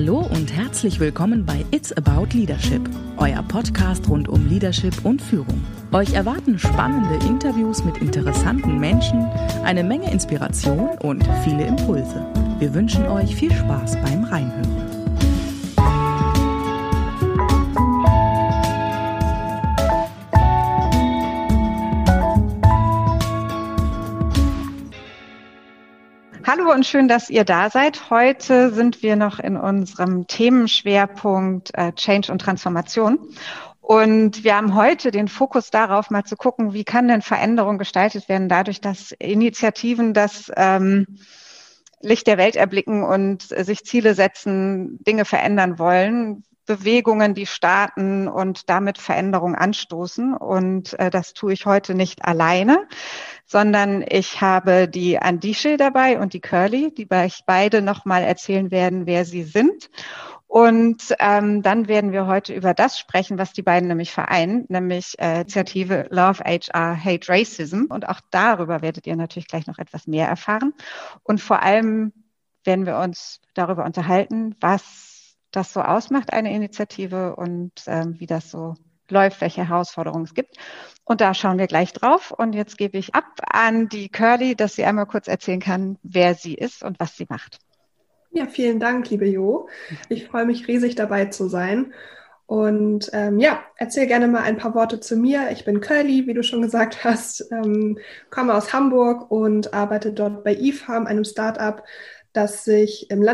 Hallo und herzlich willkommen bei It's About Leadership, euer Podcast rund um Leadership und Führung. Euch erwarten spannende Interviews mit interessanten Menschen, eine Menge Inspiration und viele Impulse. Wir wünschen euch viel Spaß beim Reinhören. Hallo und schön, dass ihr da seid. Heute sind wir noch in unserem Themenschwerpunkt Change und Transformation. Und wir haben heute den Fokus darauf, mal zu gucken, wie kann denn Veränderung gestaltet werden, dadurch, dass Initiativen das Licht der Welt erblicken und sich Ziele setzen, Dinge verändern wollen, Bewegungen, die starten und damit Veränderung anstoßen. Und das tue ich heute nicht alleine, sondern ich habe die Andische dabei und die Curly, die euch beide nochmal erzählen werden, wer sie sind. Und dann werden wir heute über das sprechen, was die beiden nämlich vereinen, nämlich Initiative Love HR Hate Racism. Und auch darüber werdet ihr natürlich gleich noch etwas mehr erfahren. Und vor allem werden wir uns darüber unterhalten, was das so ausmacht, eine Initiative, und wie das so läuft, welche Herausforderungen es gibt. Und da schauen wir gleich drauf. Und jetzt gebe ich ab an die Curly, dass sie einmal kurz erzählen kann, wer sie ist und was sie macht. Ja, vielen Dank, liebe Jo. Ich freue mich riesig, dabei zu sein. Und erzähl gerne mal ein paar Worte zu mir. Ich bin Curly, wie du schon gesagt hast, komme aus Hamburg und arbeite dort bei eFarm, einem Startup, das sich im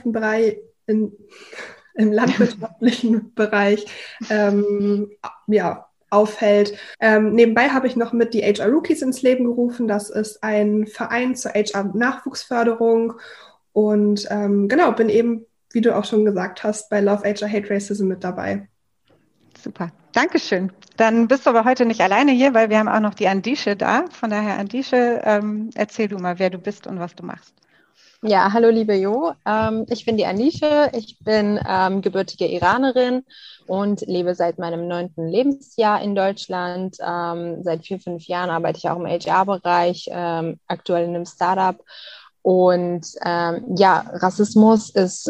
landwirtschaftlichen Bereich aufhält. Nebenbei habe ich noch mit die HR Rookies ins Leben gerufen. Das ist ein Verein zur HR-Nachwuchsförderung. Und bin eben, wie du auch schon gesagt hast, bei Love HR Hate Racism mit dabei. Super, Dankeschön. Dann bist du aber heute nicht alleine hier, weil wir haben auch noch die Andische da. Von daher, Andische, erzähl du mal, wer du bist und was du machst. Ja, hallo liebe Jo, ich bin die Andische, ich bin gebürtige Iranerin und lebe seit meinem 9. Lebensjahr in Deutschland. Seit 4-5 Jahren arbeite ich auch im HR-Bereich, aktuell in einem Startup. Und Rassismus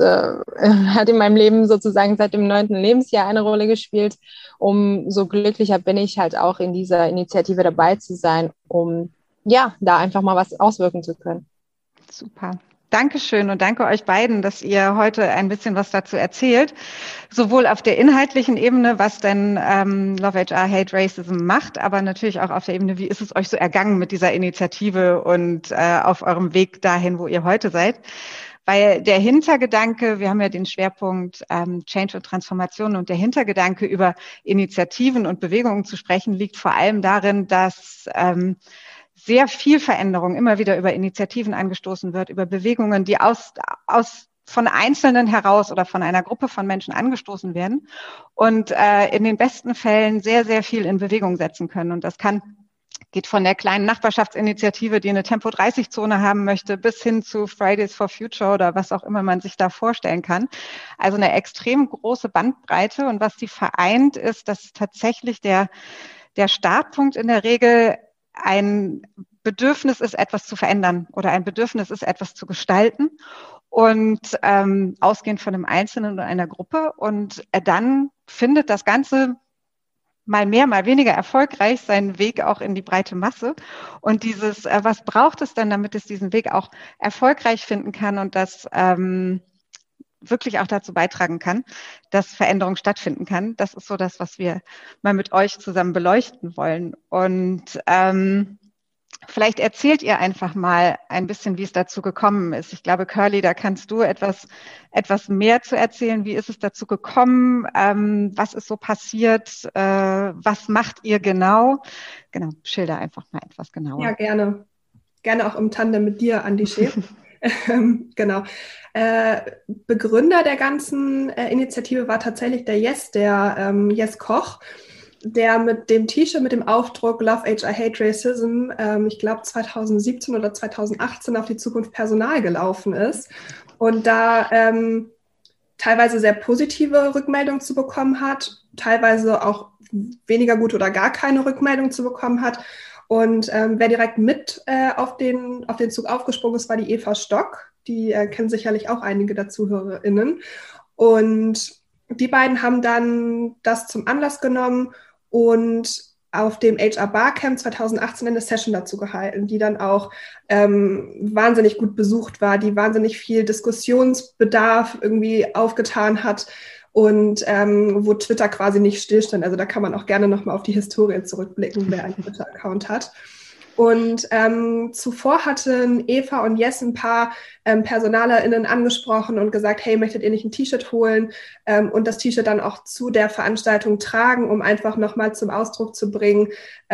hat in meinem Leben sozusagen seit dem 9. Lebensjahr eine Rolle gespielt. Umso glücklicher bin ich halt auch in dieser Initiative dabei zu sein, um da einfach mal was auswirken zu können. Super. Dankeschön und danke euch beiden, dass ihr heute ein bisschen was dazu erzählt. Sowohl auf der inhaltlichen Ebene, was denn Love HR Hate Racism macht, aber natürlich auch auf der Ebene, wie ist es euch so ergangen mit dieser Initiative und auf eurem Weg dahin, wo ihr heute seid. Weil der Hintergedanke, wir haben ja den Schwerpunkt Change und Transformation, und der Hintergedanke, über Initiativen und Bewegungen zu sprechen, liegt vor allem darin, dass sehr viel Veränderung immer wieder über Initiativen angestoßen wird, über Bewegungen, die von Einzelnen heraus oder von einer Gruppe von Menschen angestoßen werden und in den besten Fällen sehr, sehr viel in Bewegung setzen können. Und das geht von der kleinen Nachbarschaftsinitiative, die eine Tempo-30-Zone haben möchte, bis hin zu Fridays for Future oder was auch immer man sich da vorstellen kann. Also eine extrem große Bandbreite. Und was die vereint, ist, dass tatsächlich der Startpunkt in der Regel ein Bedürfnis ist, etwas zu verändern oder ein Bedürfnis ist, etwas zu gestalten, und ausgehend von einem Einzelnen oder einer Gruppe. Und dann findet das Ganze mal mehr, mal weniger erfolgreich seinen Weg auch in die breite Masse. Und was braucht es denn, damit es diesen Weg auch erfolgreich finden kann und das wirklich auch dazu beitragen kann, dass Veränderung stattfinden kann? Das ist so das, was wir mal mit euch zusammen beleuchten wollen. Und vielleicht erzählt ihr einfach mal ein bisschen, wie es dazu gekommen ist. Ich glaube, Curly, da kannst du etwas mehr zu erzählen. Wie ist es dazu gekommen? Was ist so passiert? Was macht ihr genau? Genau, schilder einfach mal etwas genauer. Ja, gerne. Gerne auch im Tandem mit dir, Andische. Genau. Begründer der ganzen Initiative war tatsächlich der Jes Koch, der mit dem T-Shirt mit dem Aufdruck Love HR Hate Racism, ich glaube 2017 oder 2018 auf die Zukunft Personal gelaufen ist und da teilweise sehr positive Rückmeldungen zu bekommen hat, teilweise auch weniger gute oder gar keine Rückmeldung zu bekommen hat. Und wer direkt mit auf den Zug aufgesprungen ist, war die Eva Stock. Die kennen sicherlich auch einige der ZuhörerInnen. Und die beiden haben dann das zum Anlass genommen und auf dem HR Barcamp 2018 eine Session dazu gehalten, die dann auch wahnsinnig gut besucht war, die wahnsinnig viel Diskussionsbedarf irgendwie aufgetan hat und wo Twitter quasi nicht stillstand. Also da kann man auch gerne nochmal auf die Historie zurückblicken, wer einen Twitter-Account hat. Und zuvor hatten Eva und Jess ein paar PersonalerInnen angesprochen und gesagt, hey, möchtet ihr nicht ein T-Shirt holen und das T-Shirt dann auch zu der Veranstaltung tragen, um einfach nochmal zum Ausdruck zu bringen,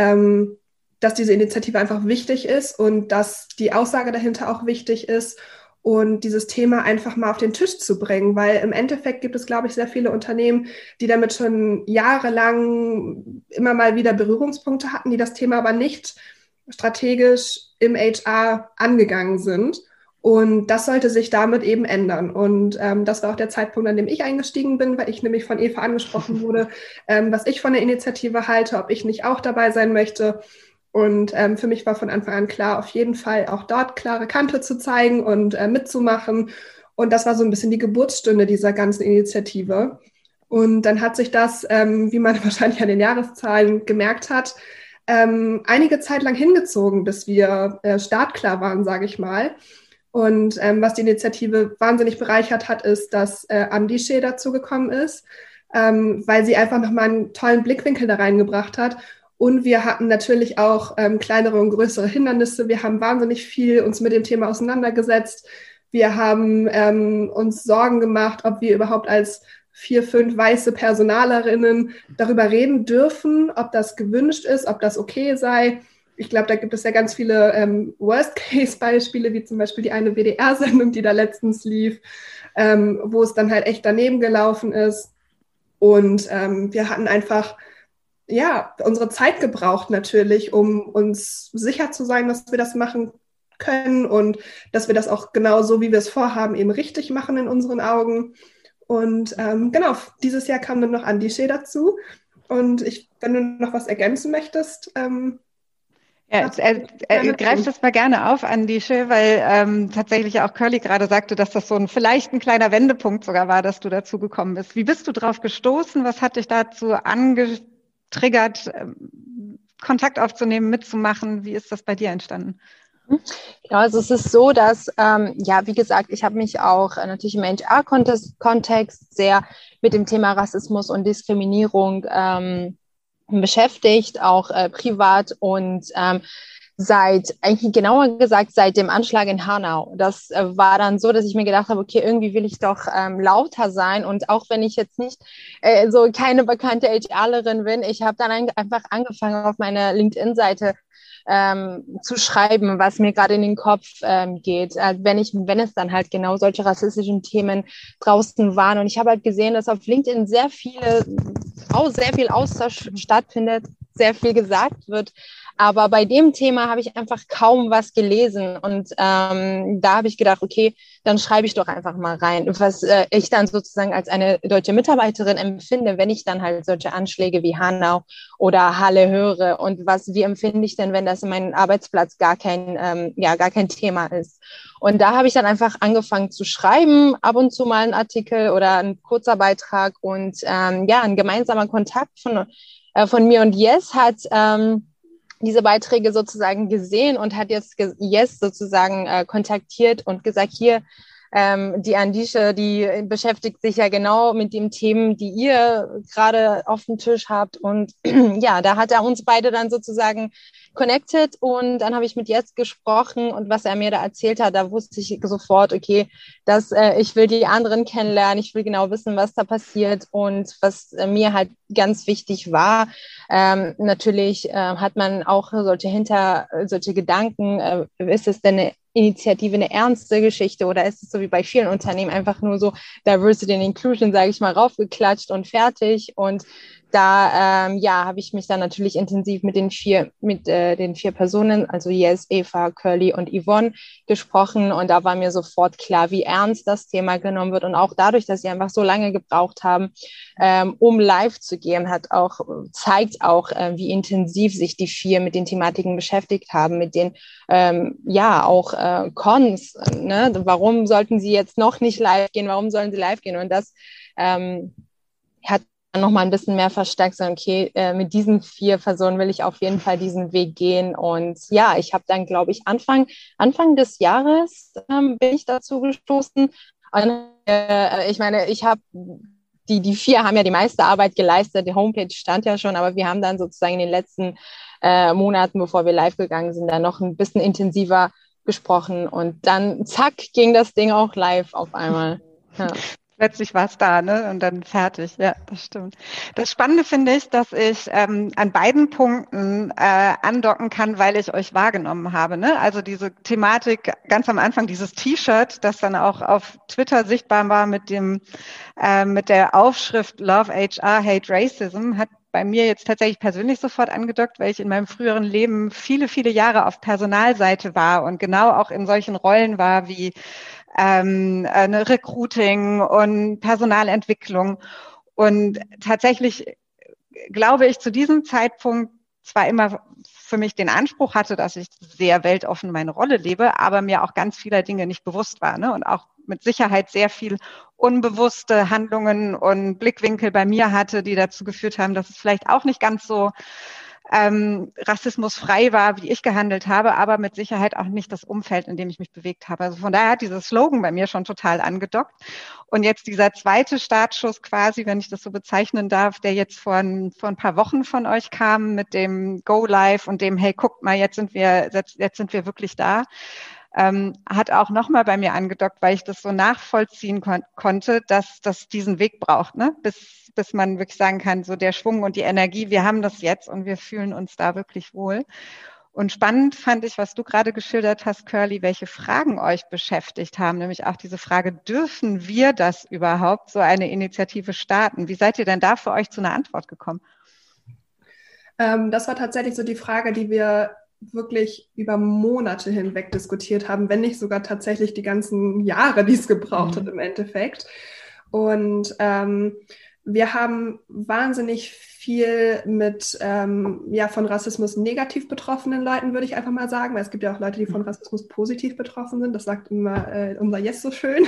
dass diese Initiative einfach wichtig ist und dass die Aussage dahinter auch wichtig ist und dieses Thema einfach mal auf den Tisch zu bringen, weil im Endeffekt gibt es, glaube ich, sehr viele Unternehmen, die damit schon jahrelang immer mal wieder Berührungspunkte hatten, die das Thema aber nicht strategisch im HR angegangen sind. Und das sollte sich damit eben ändern. Und das war auch der Zeitpunkt, an dem ich eingestiegen bin, weil ich nämlich von Eva angesprochen wurde, was ich von der Initiative halte, ob ich nicht auch dabei sein möchte. Und für mich war von Anfang an klar, auf jeden Fall auch dort klare Kante zu zeigen und mitzumachen. Und das war so ein bisschen die Geburtsstunde dieser ganzen Initiative. Und dann hat sich das, wie man wahrscheinlich an den Jahreszahlen gemerkt hat, einige Zeit lang hingezogen, bis wir startklar waren, sage ich mal. Und was die Initiative wahnsinnig bereichert hat, ist, dass Andische dazu gekommen ist, weil sie einfach nochmal einen tollen Blickwinkel da reingebracht hat. Und wir hatten natürlich auch kleinere und größere Hindernisse. Wir haben wahnsinnig viel uns mit dem Thema auseinandergesetzt. Wir haben uns Sorgen gemacht, ob wir überhaupt als 4, 5 weiße Personalerinnen darüber reden dürfen, ob das gewünscht ist, ob das okay sei. Ich glaube, da gibt es ja ganz viele Worst-Case-Beispiele, wie zum Beispiel die eine WDR-Sendung, die da letztens lief, wo es dann halt echt daneben gelaufen ist. Und wir hatten einfach unsere Zeit gebraucht natürlich, um uns sicher zu sein, dass wir das machen können und dass wir das auch genau so, wie wir es vorhaben, eben richtig machen in unseren Augen. Und genau, dieses Jahr kam dann noch Andische dazu. Und wenn du noch was ergänzen möchtest. Greif das mal gerne auf, Andische, weil tatsächlich auch Curly gerade sagte, dass das vielleicht ein kleiner Wendepunkt sogar war, dass du dazu gekommen bist. Wie bist du drauf gestoßen? Was hat dich dazu angetriggert, Kontakt aufzunehmen, mitzumachen? Wie ist das bei dir entstanden? Ja, also es ist so, dass, wie gesagt, ich habe mich auch natürlich im HR-Kontext sehr mit dem Thema Rassismus und Diskriminierung beschäftigt, auch privat und genauer gesagt, seit dem Anschlag in Hanau. Das war dann so, dass ich mir gedacht habe, okay, irgendwie will ich doch lauter sein und auch wenn ich jetzt nicht so keine bekannte HRlerin bin, ich habe dann einfach angefangen, auf meiner LinkedIn-Seite zu schreiben, was mir gerade in den Kopf geht, wenn es dann halt genau solche rassistischen Themen draußen waren. Und ich habe halt gesehen, dass auf LinkedIn sehr viel Austausch stattfindet, sehr viel gesagt wird. Aber bei dem Thema habe ich einfach kaum was gelesen. Und da habe ich gedacht, okay, dann schreibe ich doch einfach mal rein, was ich dann sozusagen als eine deutsche Mitarbeiterin empfinde, wenn ich dann halt solche Anschläge wie Hanau oder Halle höre. Und wie empfinde ich denn, wenn das in meinem Arbeitsplatz gar kein Thema ist? Und da habe ich dann einfach angefangen zu schreiben, ab und zu mal einen Artikel oder ein kurzer Beitrag. Und ein gemeinsamer Kontakt von mir und Jess hat diese Beiträge sozusagen gesehen und hat jetzt Jess sozusagen kontaktiert und gesagt, hier, die Andische, die beschäftigt sich ja genau mit den Themen, die ihr gerade auf dem Tisch habt. Und da hat er uns beide dann sozusagen connected und dann habe ich mit Jess gesprochen und was er mir da erzählt hat, da wusste ich sofort, okay, dass ich will die anderen kennenlernen, ich will genau wissen, was da passiert und was mir halt ganz wichtig war. Natürlich hat man auch solche Gedanken, ist es denn eine Initiative eine ernste Geschichte oder ist es so wie bei vielen Unternehmen einfach nur so Diversity and Inclusion, sage ich mal, raufgeklatscht und fertig und da habe ich mich dann natürlich intensiv mit den vier Personen, also Yes, Eva, Curly und Yvonne, gesprochen. Und da war mir sofort klar, wie ernst das Thema genommen wird. Und auch dadurch, dass sie einfach so lange gebraucht haben, um live zu gehen, zeigt auch, wie intensiv sich die vier mit den Thematiken beschäftigt haben, mit den Cons. Ne? Warum sollten sie jetzt noch nicht live gehen? Warum sollen sie live gehen? Und das hat noch mal ein bisschen mehr verstärkt, so okay, mit diesen 4 Personen will ich auf jeden Fall diesen Weg gehen. Und ja, ich habe dann, glaube ich, Anfang des Jahres bin ich dazu gestoßen. Und ich meine, die 4 haben ja die meiste Arbeit geleistet, die Homepage stand ja schon, aber wir haben dann sozusagen in den letzten Monaten, bevor wir live gegangen sind, dann noch ein bisschen intensiver gesprochen und dann zack, ging das Ding auch live auf einmal. Ja. Plötzlich war es da, ne? Und dann fertig. Ja, das stimmt. Das Spannende finde ich, dass ich an beiden Punkten andocken kann, weil ich euch wahrgenommen habe. Ne? Also diese Thematik ganz am Anfang, dieses T-Shirt, das dann auch auf Twitter sichtbar war mit der Aufschrift Love HR, Hate Racism, hat bei mir jetzt tatsächlich persönlich sofort angedockt, weil ich in meinem früheren Leben viele, viele Jahre auf Personalseite war und genau auch in solchen Rollen war wie eine Recruiting und Personalentwicklung. Und tatsächlich glaube ich, zu diesem Zeitpunkt zwar immer für mich den Anspruch hatte, dass ich sehr weltoffen meine Rolle lebe, aber mir auch ganz vieler Dinge nicht bewusst war, ne? Und auch mit Sicherheit sehr viel unbewusste Handlungen und Blickwinkel bei mir hatte, die dazu geführt haben, dass es vielleicht auch nicht ganz so rassismusfrei war, wie ich gehandelt habe, aber mit Sicherheit auch nicht das Umfeld, in dem ich mich bewegt habe. Also von daher hat dieser Slogan bei mir schon total angedockt. Und jetzt dieser zweite Startschuss quasi, wenn ich das so bezeichnen darf, der jetzt vor ein paar Wochen von euch kam mit dem Go Live und dem, hey, guckt mal, jetzt sind wir wirklich da. Hat auch nochmal bei mir angedockt, weil ich das so nachvollziehen konnte, dass das diesen Weg braucht, ne? Bis man wirklich sagen kann, so der Schwung und die Energie, wir haben das jetzt und wir fühlen uns da wirklich wohl. Und spannend fand ich, was du gerade geschildert hast, Curly, welche Fragen euch beschäftigt haben, nämlich auch diese Frage, dürfen wir das überhaupt, so eine Initiative starten? Wie seid ihr denn da für euch zu einer Antwort gekommen? Das war tatsächlich so die Frage, die wir wirklich über Monate hinweg diskutiert haben, wenn nicht sogar tatsächlich die ganzen Jahre, die es gebraucht hat im Endeffekt. Und wir haben wahnsinnig viel mit von Rassismus negativ betroffenen Leuten, würde ich einfach mal sagen, weil es gibt ja auch Leute, die von Rassismus positiv betroffen sind. Das sagt immer unser Yes so schön.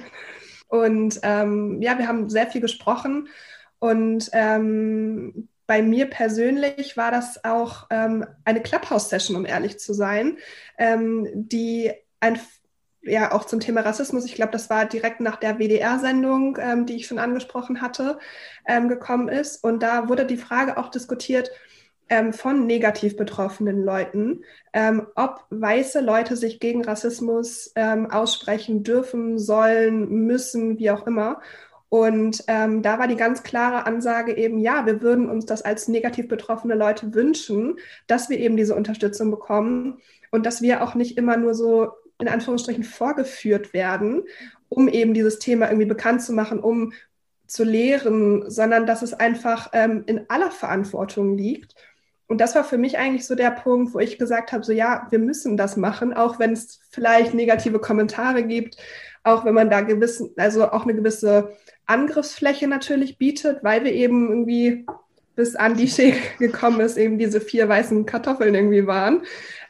Und wir haben sehr viel gesprochen und bei mir persönlich war das auch eine Clubhouse-Session, um ehrlich zu sein, die auch zum Thema Rassismus, ich glaube, das war direkt nach der WDR-Sendung, die ich schon angesprochen hatte, gekommen ist. Und da wurde die Frage auch diskutiert von negativ betroffenen Leuten, ob weiße Leute sich gegen Rassismus aussprechen dürfen, sollen, müssen, wie auch immer. Und da war die ganz klare Ansage eben, ja, wir würden uns das als negativ betroffene Leute wünschen, dass wir eben diese Unterstützung bekommen und dass wir auch nicht immer nur so in Anführungsstrichen vorgeführt werden, um eben dieses Thema irgendwie bekannt zu machen, um zu lehren, sondern dass es einfach in aller Verantwortung liegt. Und das war für mich eigentlich so der Punkt, wo ich gesagt habe, so ja, wir müssen das machen, auch wenn es vielleicht negative Kommentare gibt, auch wenn man da auch eine gewisse Angriffsfläche natürlich bietet, weil wir eben irgendwie bis an die Schee gekommen ist, eben diese 4 weißen Kartoffeln irgendwie waren.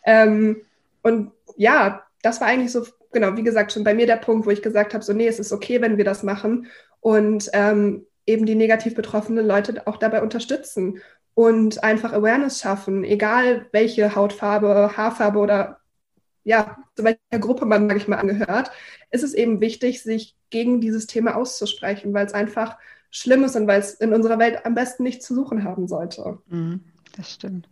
Und ja, das war eigentlich so, genau, wie gesagt, schon bei mir der Punkt, wo ich gesagt habe, so nee, es ist okay, wenn wir das machen und eben die negativ betroffenen Leute auch dabei unterstützen und einfach Awareness schaffen, egal welche Hautfarbe, Haarfarbe oder ja, zu welcher Gruppe man, sage ich mal, angehört, ist es eben wichtig, sich gegen dieses Thema auszusprechen, weil es einfach schlimm ist und weil es in unserer Welt am besten nichts zu suchen haben sollte. Das stimmt.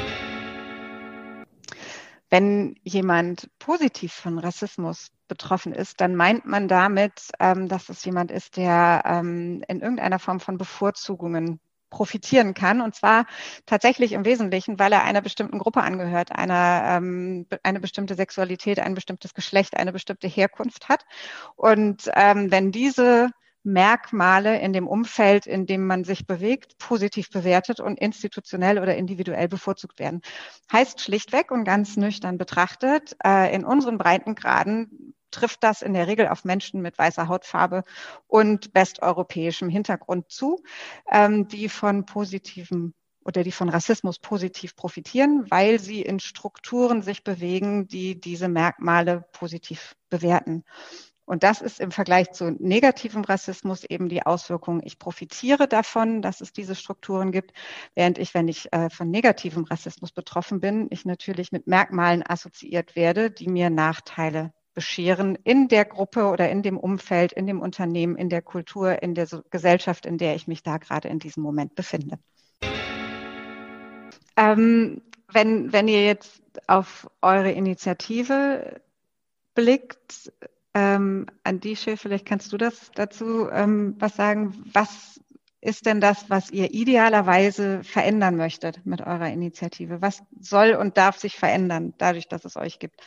Wenn jemand positiv von Rassismus betroffen ist, dann meint man damit, dass es jemand ist, der in irgendeiner Form von Bevorzugungen profitieren kann, und zwar tatsächlich im Wesentlichen, weil er einer bestimmten Gruppe angehört, eine bestimmte Sexualität, ein bestimmtes Geschlecht, eine bestimmte Herkunft hat. Und wenn diese Merkmale in dem Umfeld, in dem man sich bewegt, positiv bewertet und institutionell oder individuell bevorzugt werden. Heißt schlichtweg und ganz nüchtern betrachtet, in unseren Breitengraden trifft das in der Regel auf Menschen mit weißer Hautfarbe und westeuropäischem Hintergrund zu, die von Rassismus positiv profitieren, weil sie in Strukturen sich bewegen, die diese Merkmale positiv bewerten. Und das ist im Vergleich zu negativem Rassismus eben die Auswirkung, ich profitiere davon, dass es diese Strukturen gibt, während wenn ich von negativem Rassismus betroffen bin, ich natürlich mit Merkmalen assoziiert werde, die mir Nachteile bescheren in der Gruppe oder in dem Umfeld, in dem Unternehmen, in der Kultur, in der Gesellschaft, in der ich mich da gerade in diesem Moment befinde. Wenn ihr jetzt auf eure Initiative blickt, Andische, vielleicht kannst du das dazu was sagen. Was ist denn das, was ihr idealerweise verändern möchtet mit eurer Initiative? Was soll und darf sich verändern, dadurch, dass es euch gibt?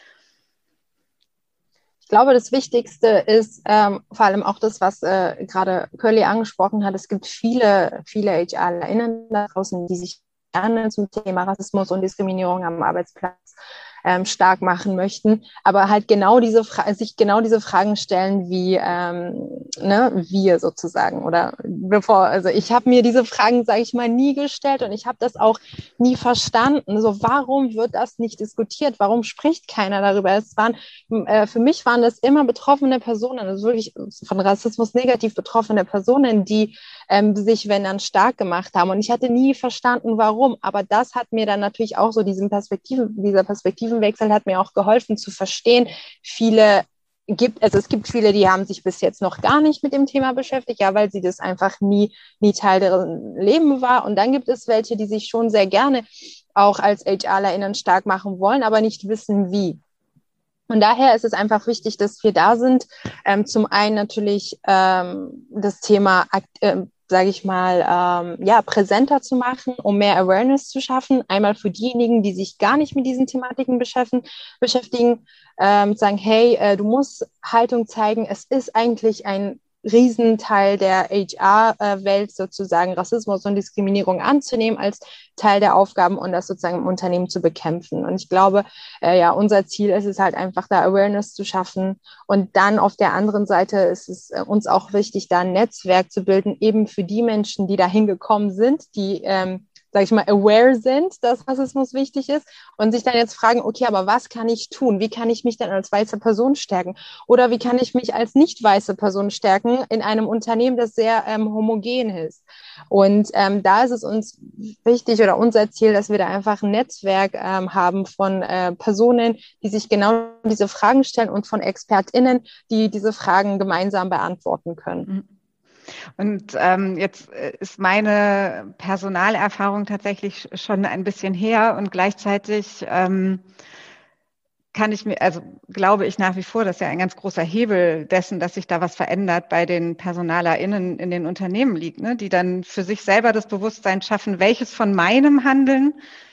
Ich glaube, das Wichtigste ist vor allem auch das, was gerade Curly angesprochen hat. Es gibt viele HRlerInnen da draußen, die sich gerne zum Thema Rassismus und Diskriminierung am Arbeitsplatz stark machen möchten, aber halt sich genau diese Fragen stellen wie wir sozusagen also ich habe mir diese Fragen, sage ich mal, nie gestellt und ich habe das auch nie verstanden. So, warum wird das nicht diskutiert? Warum spricht keiner darüber? Für mich waren das immer betroffene Personen, also wirklich von Rassismus negativ betroffene Personen, die sich, wenn dann, stark gemacht haben. Und ich hatte nie verstanden, warum. Aber das hat mir dann natürlich auch so dieser Perspektivenwechsel hat mir auch geholfen zu verstehen. Es gibt viele, die haben sich bis jetzt noch gar nicht mit dem Thema beschäftigt, ja, weil sie das einfach nie Teil deren Leben war. Und dann gibt es welche, die sich schon sehr gerne auch als HRlerInnen stark machen wollen, aber nicht wissen, wie. Und daher ist es einfach wichtig, dass wir da sind. Zum einen natürlich das Thema sage ich mal, präsenter zu machen, um mehr Awareness zu schaffen. Einmal für diejenigen, die sich gar nicht mit diesen Thematiken beschäftigen, sagen, hey, du musst Haltung zeigen. Es ist eigentlich ein Riesenteil der HR-Welt sozusagen, Rassismus und Diskriminierung anzunehmen als Teil der Aufgaben und das sozusagen im Unternehmen zu bekämpfen. Und ich glaube, unser Ziel ist es halt einfach, da Awareness zu schaffen. Und dann auf der anderen Seite ist es uns auch wichtig, da ein Netzwerk zu bilden, eben für die Menschen, die dahin gekommen sind, die sage ich mal, aware sind, dass Rassismus wichtig ist und sich dann jetzt fragen, okay, aber was kann ich tun? Wie kann ich mich denn als weiße Person stärken? Oder wie kann ich mich als nicht weiße Person stärken in einem Unternehmen, das sehr homogen ist? Und da ist es uns wichtig oder unser Ziel, dass wir da einfach ein Netzwerk haben von Personen, die sich genau diese Fragen stellen und von ExpertInnen, die diese Fragen gemeinsam beantworten können. Und jetzt ist meine Personalerfahrung tatsächlich schon ein bisschen her und gleichzeitig glaube ich nach wie vor, dass ja ein ganz großer Hebel dessen, dass sich da was verändert bei den PersonalerInnen in den Unternehmen liegt, ne? Die dann für sich selber das Bewusstsein schaffen, welches von meinem Handeln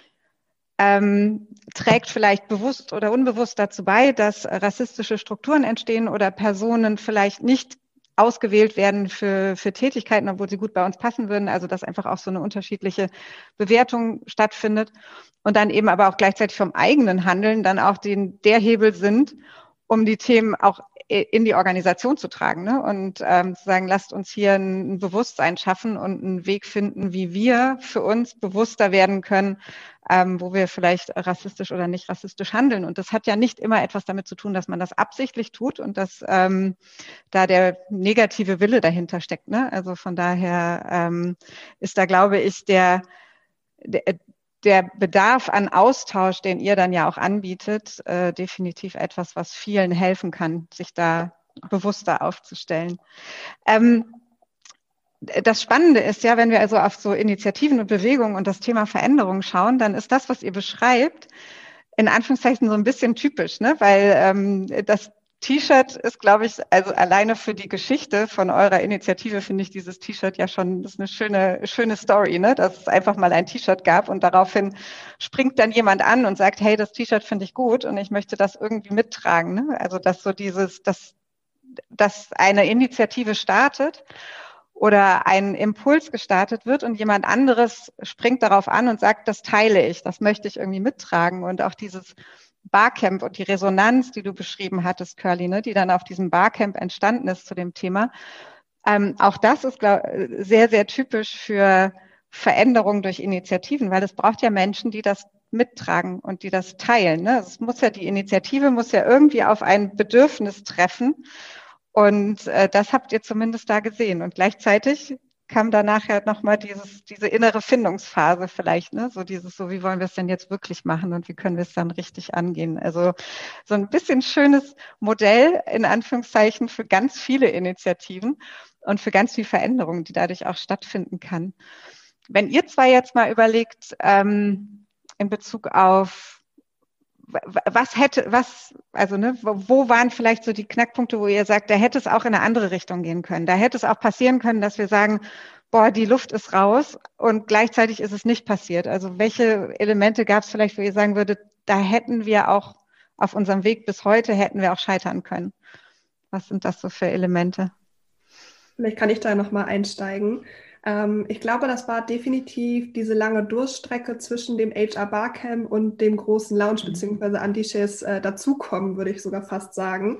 trägt vielleicht bewusst oder unbewusst dazu bei, dass rassistische Strukturen entstehen oder Personen vielleicht nicht ausgewählt werden für Tätigkeiten, obwohl sie gut bei uns passen würden. Also dass einfach auch so eine unterschiedliche Bewertung stattfindet und dann eben aber auch gleichzeitig vom eigenen Handeln dann auch der Hebel sind, um die Themen auch in die Organisation zu tragen, ne? Und zu sagen, lasst uns hier ein Bewusstsein schaffen und einen Weg finden, wie wir für uns bewusster werden können, wo wir vielleicht rassistisch oder nicht rassistisch handeln. Und das hat ja nicht immer etwas damit zu tun, dass man das absichtlich tut und dass da der negative Wille dahinter steckt, ne? Also von daher ist da, glaube ich, der Bedarf an Austausch, den ihr dann ja auch anbietet, definitiv etwas, was vielen helfen kann, sich da bewusster aufzustellen. Das Spannende ist ja, wenn wir also auf so Initiativen und Bewegungen und das Thema Veränderung schauen, dann ist das, was ihr beschreibt, in Anführungszeichen so ein bisschen typisch, ne? Weil das T-Shirt ist, glaube ich, also alleine für die Geschichte von eurer Initiative finde ich dieses T-Shirt ja schon, das ist eine schöne Story, ne? Dass es einfach mal ein T-Shirt gab und daraufhin springt dann jemand an und sagt, hey, das T-Shirt finde ich gut und ich möchte das irgendwie mittragen, ne? Also dass so dass eine Initiative startet oder ein Impuls gestartet wird und jemand anderes springt darauf an und sagt, das teile ich, das möchte ich irgendwie mittragen. Und auch dieses Barcamp und die Resonanz, die du beschrieben hattest, Curly, ne, die dann auf diesem Barcamp entstanden ist zu dem Thema, auch das ist sehr, sehr typisch für Veränderung durch Initiativen, weil es braucht ja Menschen, die das mittragen und die das teilen. Ne? Es muss ja, die Initiative muss ja irgendwie auf ein Bedürfnis treffen. Und das habt ihr zumindest da gesehen. Und gleichzeitig kam danach ja nochmal diese innere Findungsphase vielleicht, ne? So dieses, so wie wollen wir es denn jetzt wirklich machen und wie können wir es dann richtig angehen? Also so ein bisschen schönes Modell in Anführungszeichen für ganz viele Initiativen und für ganz viel Veränderung, die dadurch auch stattfinden kann. Wenn ihr zwei jetzt mal überlegt, in Bezug auf wo waren vielleicht so die Knackpunkte, wo ihr sagt, da hätte es auch in eine andere Richtung gehen können. Da hätte es auch passieren können, dass wir sagen, boah, die Luft ist raus und gleichzeitig ist es nicht passiert. Also welche Elemente gab es vielleicht, wo ihr sagen würdet, da hätten wir auch auf unserem Weg bis heute, hätten wir auch scheitern können? Was sind das so für Elemente? Vielleicht kann ich da nochmal einsteigen. Ich glaube, das war definitiv diese lange Durststrecke zwischen dem HR Barcamp und dem großen Lounge beziehungsweise Andisches Dazukommen, würde ich sogar fast sagen.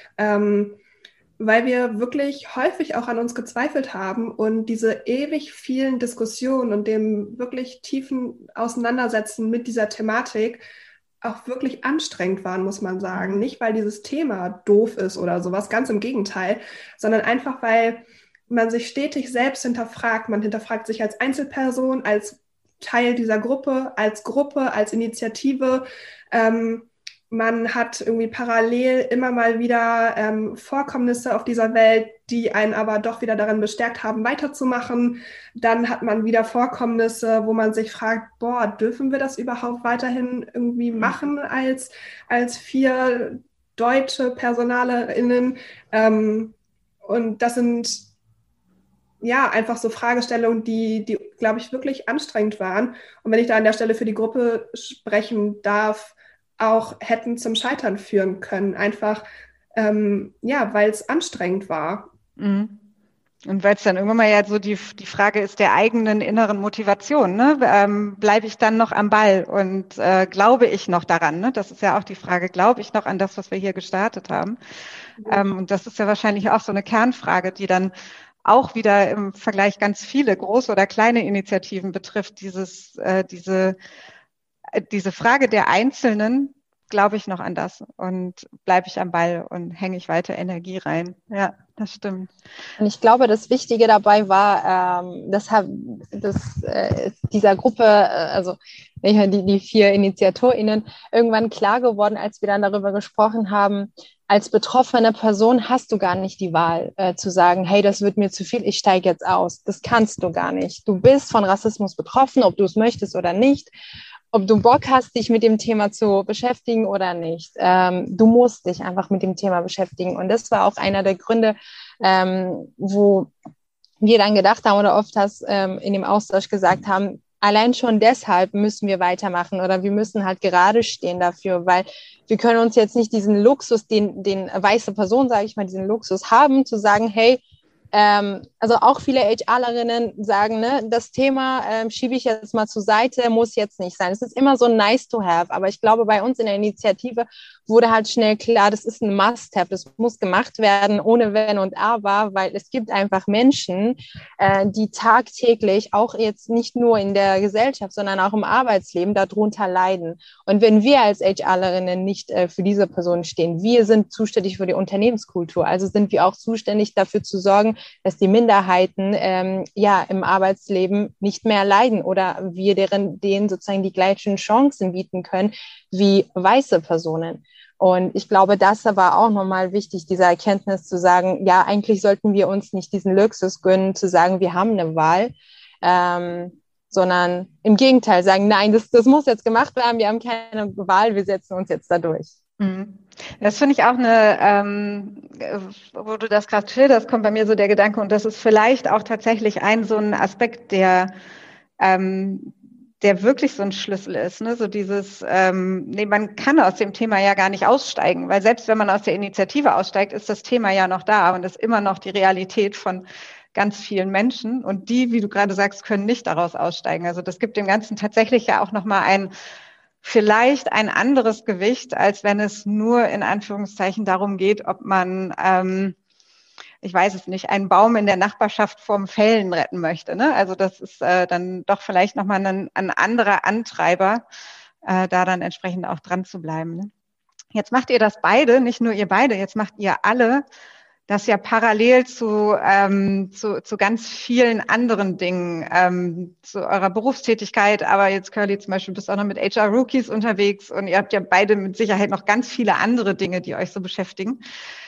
Weil wir wirklich häufig auch an uns gezweifelt haben und diese ewig vielen Diskussionen und dem wirklich tiefen Auseinandersetzen mit dieser Thematik auch wirklich anstrengend waren, muss man sagen. Nicht, weil dieses Thema doof ist oder sowas, ganz im Gegenteil, sondern einfach, weil man sich stetig selbst hinterfragt. Man hinterfragt sich als Einzelperson, als Teil dieser Gruppe, als Initiative. Man hat irgendwie parallel immer mal wieder Vorkommnisse auf dieser Welt, die einen aber doch wieder darin bestärkt haben, weiterzumachen. Dann hat man wieder Vorkommnisse, wo man sich fragt, boah, dürfen wir das überhaupt weiterhin irgendwie machen als 4 deutsche PersonalerInnen? Und das sind ja einfach so Fragestellungen, die glaube ich, wirklich anstrengend waren. Und wenn ich da an der Stelle für die Gruppe sprechen darf, auch hätten zum Scheitern führen können. Einfach, weil es anstrengend war. Mhm. Und weil es dann irgendwann mal ja so die Frage ist der eigenen inneren Motivation, ne? Bleibe ich dann noch am Ball und glaube ich noch daran? Ne? Das ist ja auch die Frage, glaube ich noch an das, was wir hier gestartet haben? Und das ist ja wahrscheinlich auch so eine Kernfrage, die dann auch wieder im Vergleich ganz viele große oder kleine Initiativen betrifft, diese Frage der Einzelnen, glaube ich noch an das und bleibe ich am Ball und hänge ich weiter Energie rein. Ja, das stimmt. Und ich glaube, das Wichtige dabei war, dieser Gruppe, also die 4 InitiatorInnen, irgendwann klar geworden, als wir dann darüber gesprochen haben, als betroffene Person hast du gar nicht die Wahl, zu sagen, hey, das wird mir zu viel, ich steige jetzt aus. Das kannst du gar nicht. Du bist von Rassismus betroffen, ob du es möchtest oder nicht. Ob du Bock hast, dich mit dem Thema zu beschäftigen oder nicht. Du musst dich einfach mit dem Thema beschäftigen. Und das war auch einer der Gründe, wo wir dann gedacht haben oder oft in dem Austausch gesagt haben, allein schon deshalb müssen wir weitermachen oder wir müssen halt gerade stehen dafür, weil wir können uns jetzt nicht diesen Luxus, den weiße Person, sage ich mal, diesen Luxus haben, zu sagen, hey, also auch viele HRlerinnen sagen, ne, das Thema schiebe ich jetzt mal zur Seite, muss jetzt nicht sein. Es ist immer so nice to have, aber ich glaube, bei uns in der Initiative wurde halt schnell klar, das ist ein Must-have, das muss gemacht werden, ohne Wenn und Aber, weil es gibt einfach Menschen, die tagtäglich, auch jetzt nicht nur in der Gesellschaft, sondern auch im Arbeitsleben darunter leiden. Und wenn wir als HRlerinnen nicht für diese Personen stehen, wir sind zuständig für die Unternehmenskultur, also sind wir auch zuständig dafür zu sorgen, dass die Minderheiten im Arbeitsleben nicht mehr leiden oder wir denen sozusagen die gleichen Chancen bieten können wie weiße Personen. Und ich glaube, das war auch nochmal wichtig, diese Erkenntnis zu sagen, ja, eigentlich sollten wir uns nicht diesen Luxus gönnen, zu sagen, wir haben eine Wahl, sondern im Gegenteil sagen, nein, das muss jetzt gemacht werden, wir haben keine Wahl, wir setzen uns jetzt da durch. Das finde ich auch wo du das gerade schilderst, kommt bei mir so der Gedanke, und das ist vielleicht auch tatsächlich so ein Aspekt, der der wirklich so ein Schlüssel ist, ne? So dieses, man kann aus dem Thema ja gar nicht aussteigen, weil selbst wenn man aus der Initiative aussteigt, ist das Thema ja noch da und ist immer noch die Realität von ganz vielen Menschen. Und die, wie du gerade sagst, können nicht daraus aussteigen. Also das gibt dem Ganzen tatsächlich ja auch nochmal vielleicht ein anderes Gewicht, als wenn es nur in Anführungszeichen darum geht, ob man ich weiß es nicht, einen Baum in der Nachbarschaft vorm Fällen retten möchte. Ne? Also das ist dann doch vielleicht nochmal ein anderer Antreiber, da dann entsprechend auch dran zu bleiben. Ne? Jetzt macht ihr das beide, nicht nur ihr beide, jetzt macht ihr alle das ja parallel zu ganz vielen anderen Dingen, zu eurer Berufstätigkeit. Aber jetzt, Curly, zum Beispiel, bist auch noch mit HR-Rookies unterwegs und ihr habt ja beide mit Sicherheit noch ganz viele andere Dinge, die euch so beschäftigen.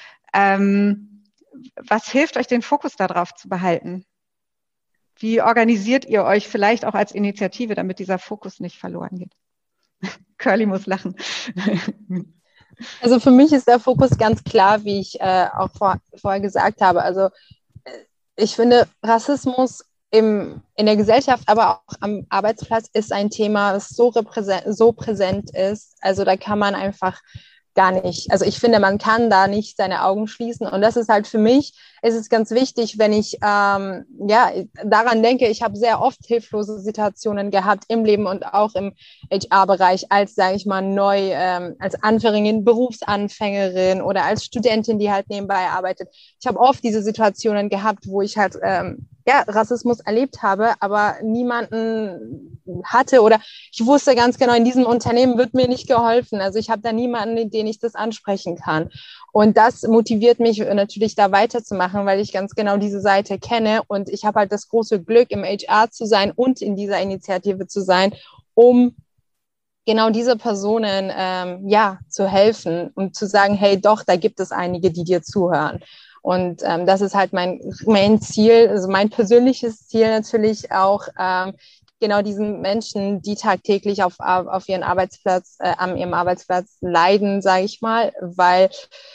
Was hilft euch, den Fokus darauf zu behalten? Wie organisiert ihr euch vielleicht auch als Initiative, damit dieser Fokus nicht verloren geht? Curly muss lachen. Also für mich ist der Fokus ganz klar, wie ich auch vorher gesagt habe. Also ich finde, Rassismus in der Gesellschaft, aber auch am Arbeitsplatz ist ein Thema, das so präsent ist. Also da kann man einfach gar nicht, also ich finde, man kann da nicht seine Augen schließen und das ist halt für mich, ist es ganz wichtig, wenn ich daran denke, ich habe sehr oft hilflose Situationen gehabt im Leben und auch im HR-Bereich als, sage ich mal, als Anfängerin, Berufsanfängerin oder als Studentin, die halt nebenbei arbeitet. Ich habe oft diese Situationen gehabt, wo ich halt Rassismus erlebt habe, aber niemanden hatte oder ich wusste ganz genau, in diesem Unternehmen wird mir nicht geholfen. Also ich habe da niemanden, den ich das ansprechen kann. Und das motiviert mich natürlich da weiterzumachen, weil ich ganz genau diese Seite kenne und ich habe halt das große Glück, im HR zu sein und in dieser Initiative zu sein, um genau diese Personen zu helfen und zu sagen, hey doch, da gibt es einige, die dir zuhören. Und das ist halt mein Ziel, also mein persönliches Ziel natürlich auch, genau diesen Menschen, die tagtäglich auf ihren Arbeitsplatz, an ihrem Arbeitsplatz leiden, sage ich mal, weil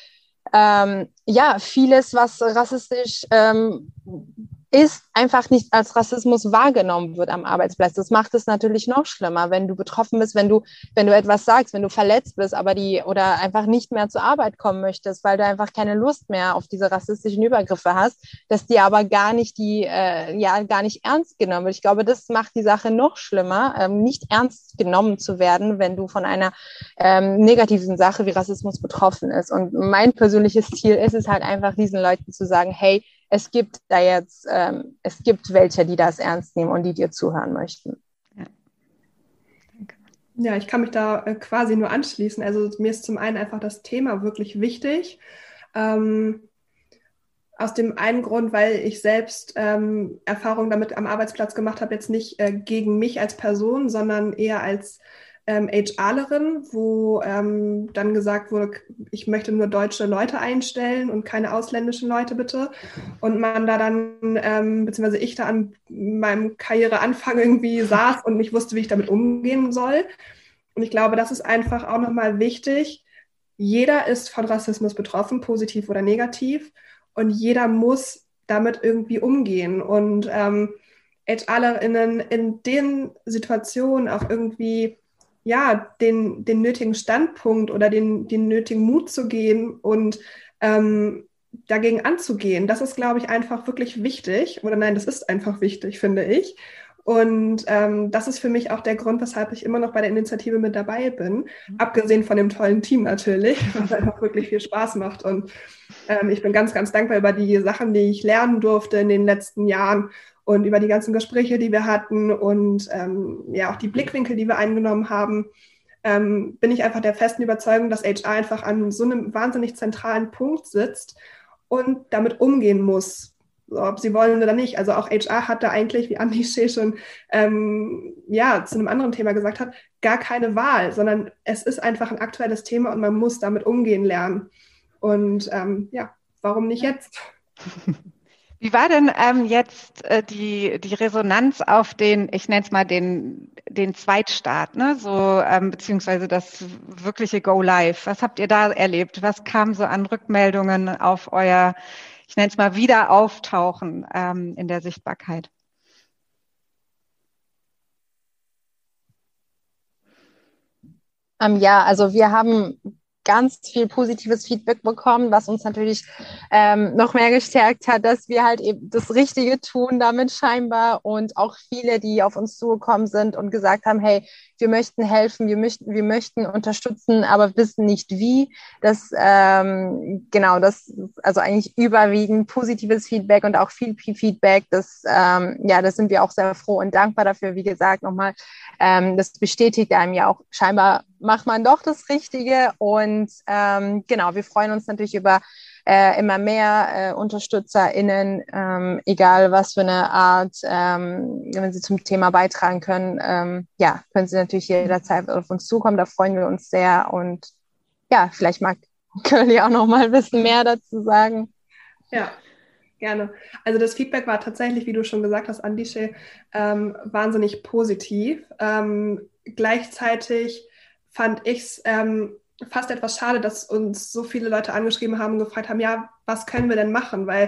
vieles, was rassistisch ist, einfach nicht als Rassismus wahrgenommen wird am Arbeitsplatz. Das macht es natürlich noch schlimmer, wenn du betroffen bist, wenn du etwas sagst, wenn du verletzt bist, oder einfach nicht mehr zur Arbeit kommen möchtest, weil du einfach keine Lust mehr auf diese rassistischen Übergriffe hast, dass die aber gar nicht ernst genommen wird. Ich glaube, das macht die Sache noch schlimmer, nicht ernst genommen zu werden, wenn du von einer negativen Sache wie Rassismus betroffen ist. Und mein persönliches Ziel ist es halt einfach, diesen Leuten zu sagen, hey, es gibt welche, die das ernst nehmen und die dir zuhören möchten. Ja, danke. Ja, ich kann mich da quasi nur anschließen. Also mir ist zum einen einfach das Thema wirklich wichtig. Aus dem einen Grund, weil ich selbst Erfahrungen damit am Arbeitsplatz gemacht habe, jetzt nicht gegen mich als Person, sondern eher als HRlerin, wo dann gesagt wurde, ich möchte nur deutsche Leute einstellen und keine ausländischen Leute bitte. Und man da dann, beziehungsweise ich da an meinem Karriereanfang irgendwie saß und nicht wusste, wie ich damit umgehen soll. Und ich glaube, das ist einfach auch nochmal wichtig. Jeder ist von Rassismus betroffen, positiv oder negativ. Und jeder muss damit irgendwie umgehen. Und HRlerinnen in den Situationen auch irgendwie den nötigen Standpunkt oder den nötigen Mut zu gehen und dagegen anzugehen. Das ist, glaube ich, einfach wirklich wichtig. Oder nein, das ist einfach wichtig, finde ich. Und das ist für mich auch der Grund, weshalb ich immer noch bei der Initiative mit dabei bin. Abgesehen von dem tollen Team natürlich, was einfach wirklich viel Spaß macht. Und ich bin ganz, ganz dankbar über die Sachen, die ich lernen durfte in den letzten Jahren und über die ganzen Gespräche, die wir hatten und auch die Blickwinkel, die wir eingenommen haben, bin ich einfach der festen Überzeugung, dass HR einfach an so einem wahnsinnig zentralen Punkt sitzt und damit umgehen muss, ob sie wollen oder nicht. Also auch HR hat da eigentlich, wie Andi Schee schon zu einem anderen Thema gesagt hat, gar keine Wahl, sondern es ist einfach ein aktuelles Thema und man muss damit umgehen lernen. Und warum nicht jetzt? Wie war denn jetzt die Resonanz auf ich nenne es mal den Zweitstart, ne? So beziehungsweise das wirkliche Go Live? Was habt ihr da erlebt? Was kam so an Rückmeldungen auf euer, ich nenne es mal, Wiederauftauchen in der Sichtbarkeit? Ja, also wir haben ganz viel positives Feedback bekommen, was uns natürlich noch mehr gestärkt hat, dass wir halt eben das Richtige tun damit scheinbar, und auch viele, die auf uns zugekommen sind und gesagt haben, hey, wir möchten helfen, wir möchten unterstützen, aber wissen nicht wie. Genau, das also eigentlich überwiegend positives Feedback und auch viel Feedback. Das sind wir auch sehr froh und dankbar dafür. Wie gesagt, nochmal, das bestätigt einem ja auch, scheinbar macht man doch das Richtige, und genau, wir freuen uns natürlich über immer mehr UnterstützerInnen, egal was für eine Art, wenn sie zum Thema beitragen können, können sie natürlich jederzeit auf uns zukommen, da freuen wir uns sehr, und ja, vielleicht mag Curly auch noch mal ein bisschen mehr dazu sagen. Ja, gerne. Also das Feedback war tatsächlich, wie du schon gesagt hast, Andische, wahnsinnig positiv. Gleichzeitig fand ich es fast etwas schade, dass uns so viele Leute angeschrieben haben und gefragt haben, ja, was können wir denn machen? Weil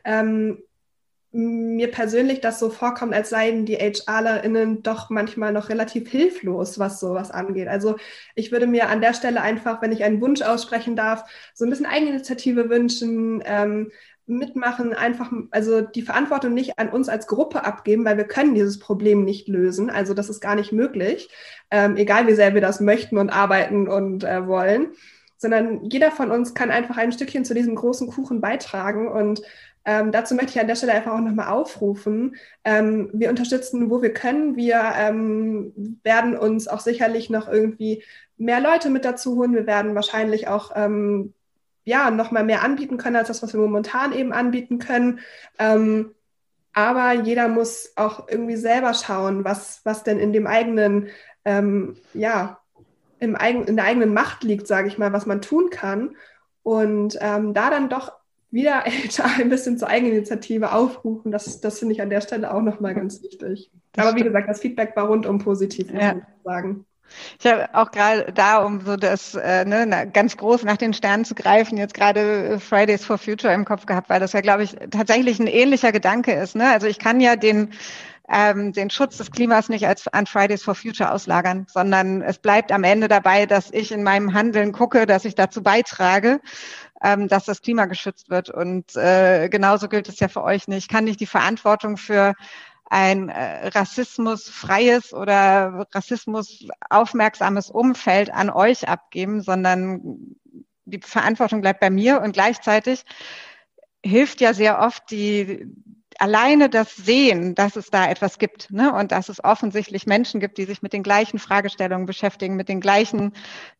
mir persönlich das so vorkommt, als seien die HRlerInnen doch manchmal noch relativ hilflos, was sowas angeht. Also ich würde mir an der Stelle einfach, wenn ich einen Wunsch aussprechen darf, so ein bisschen Eigeninitiative wünschen, mitmachen, einfach, also die Verantwortung nicht an uns als Gruppe abgeben, weil wir können dieses Problem nicht lösen. Also das ist gar nicht möglich, egal wie sehr wir das möchten und arbeiten und wollen, sondern jeder von uns kann einfach ein Stückchen zu diesem großen Kuchen beitragen, und dazu möchte ich an der Stelle einfach auch nochmal aufrufen. Wir unterstützen, wo wir können. Wir werden uns auch sicherlich noch irgendwie mehr Leute mit dazu holen. Wir werden wahrscheinlich auch noch mal mehr anbieten können als das, was wir momentan eben anbieten können. Aber jeder muss auch irgendwie selber schauen, was denn in dem eigenen, in der eigenen Macht liegt, sage ich mal, was man tun kann. Und da dann doch wieder ein bisschen zur Eigeninitiative aufrufen, das finde ich an der Stelle auch nochmal ganz wichtig. Aber wie gesagt, das Feedback war rundum positiv, muss man sagen. Ich habe auch gerade da, um so das ganz groß nach den Sternen zu greifen, jetzt gerade Fridays for Future im Kopf gehabt, weil das ja, glaube ich, tatsächlich ein ähnlicher Gedanke ist. Ne? Also ich kann ja den Schutz des Klimas nicht an Fridays for Future auslagern, sondern es bleibt am Ende dabei, dass ich in meinem Handeln gucke, dass ich dazu beitrage, dass das Klima geschützt wird. Und genauso gilt es ja für euch nicht. Ich kann nicht die Verantwortung für ein rassismusfreies oder rassismusaufmerksames Umfeld an euch abgeben, sondern die Verantwortung bleibt bei mir, und gleichzeitig hilft ja sehr oft alleine das Sehen, dass es da etwas gibt, ne? Und dass es offensichtlich Menschen gibt, die sich mit den gleichen Fragestellungen beschäftigen, mit den gleichen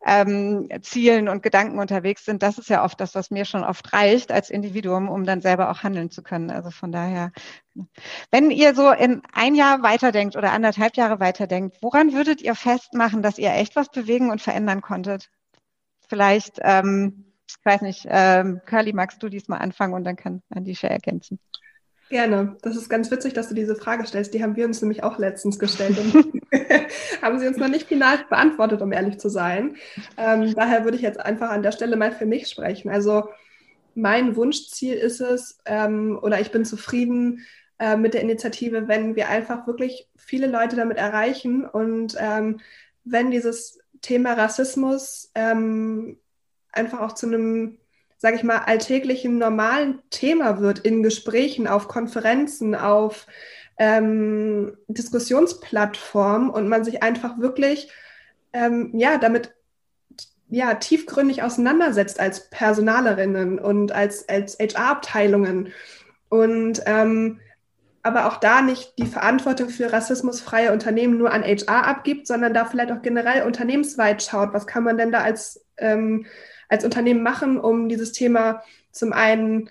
Zielen und Gedanken unterwegs sind. Das ist ja oft das, was mir schon oft reicht als Individuum, um dann selber auch handeln zu können. Also von daher, wenn ihr so in ein Jahr weiterdenkt oder 1,5 Jahre weiterdenkt, woran würdet ihr festmachen, dass ihr echt was bewegen und verändern konntet? Vielleicht, ich weiß nicht, Curly, magst du diesmal anfangen und dann kann Andische ergänzen. Gerne. Das ist ganz witzig, dass du diese Frage stellst. Die haben wir uns nämlich auch letztens gestellt und haben sie uns noch nicht final beantwortet, um ehrlich zu sein. Daher würde ich jetzt einfach an der Stelle mal für mich sprechen. Also mein Wunschziel ist es, oder ich bin zufrieden mit der Initiative, wenn wir einfach wirklich viele Leute damit erreichen, und wenn dieses Thema Rassismus einfach auch zu einem, sage ich mal, alltäglichen, normalen Thema wird in Gesprächen, auf Konferenzen, auf Diskussionsplattformen, und man sich einfach wirklich damit tiefgründig auseinandersetzt als Personalerinnen und als HR-Abteilungen, und aber auch da nicht die Verantwortung für rassismusfreie Unternehmen nur an HR abgibt, sondern da vielleicht auch generell unternehmensweit schaut, was kann man denn da als Unternehmen machen, um dieses Thema zum einen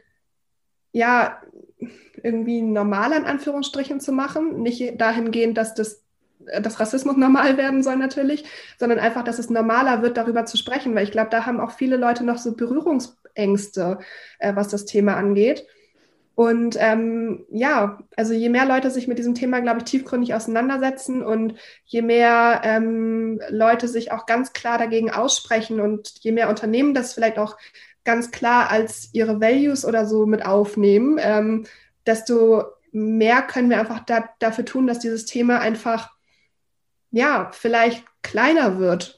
irgendwie normal in Anführungsstrichen zu machen, nicht dahingehend, dass das Rassismus normal werden soll natürlich, sondern einfach, dass es normaler wird, darüber zu sprechen, weil ich glaube, da haben auch viele Leute noch so Berührungsängste, was das Thema angeht. Und also je mehr Leute sich mit diesem Thema, glaube ich, tiefgründig auseinandersetzen, und je mehr Leute sich auch ganz klar dagegen aussprechen, und je mehr Unternehmen das vielleicht auch ganz klar als ihre Values oder so mit aufnehmen, desto mehr können wir einfach dafür tun, dass dieses Thema einfach vielleicht kleiner wird.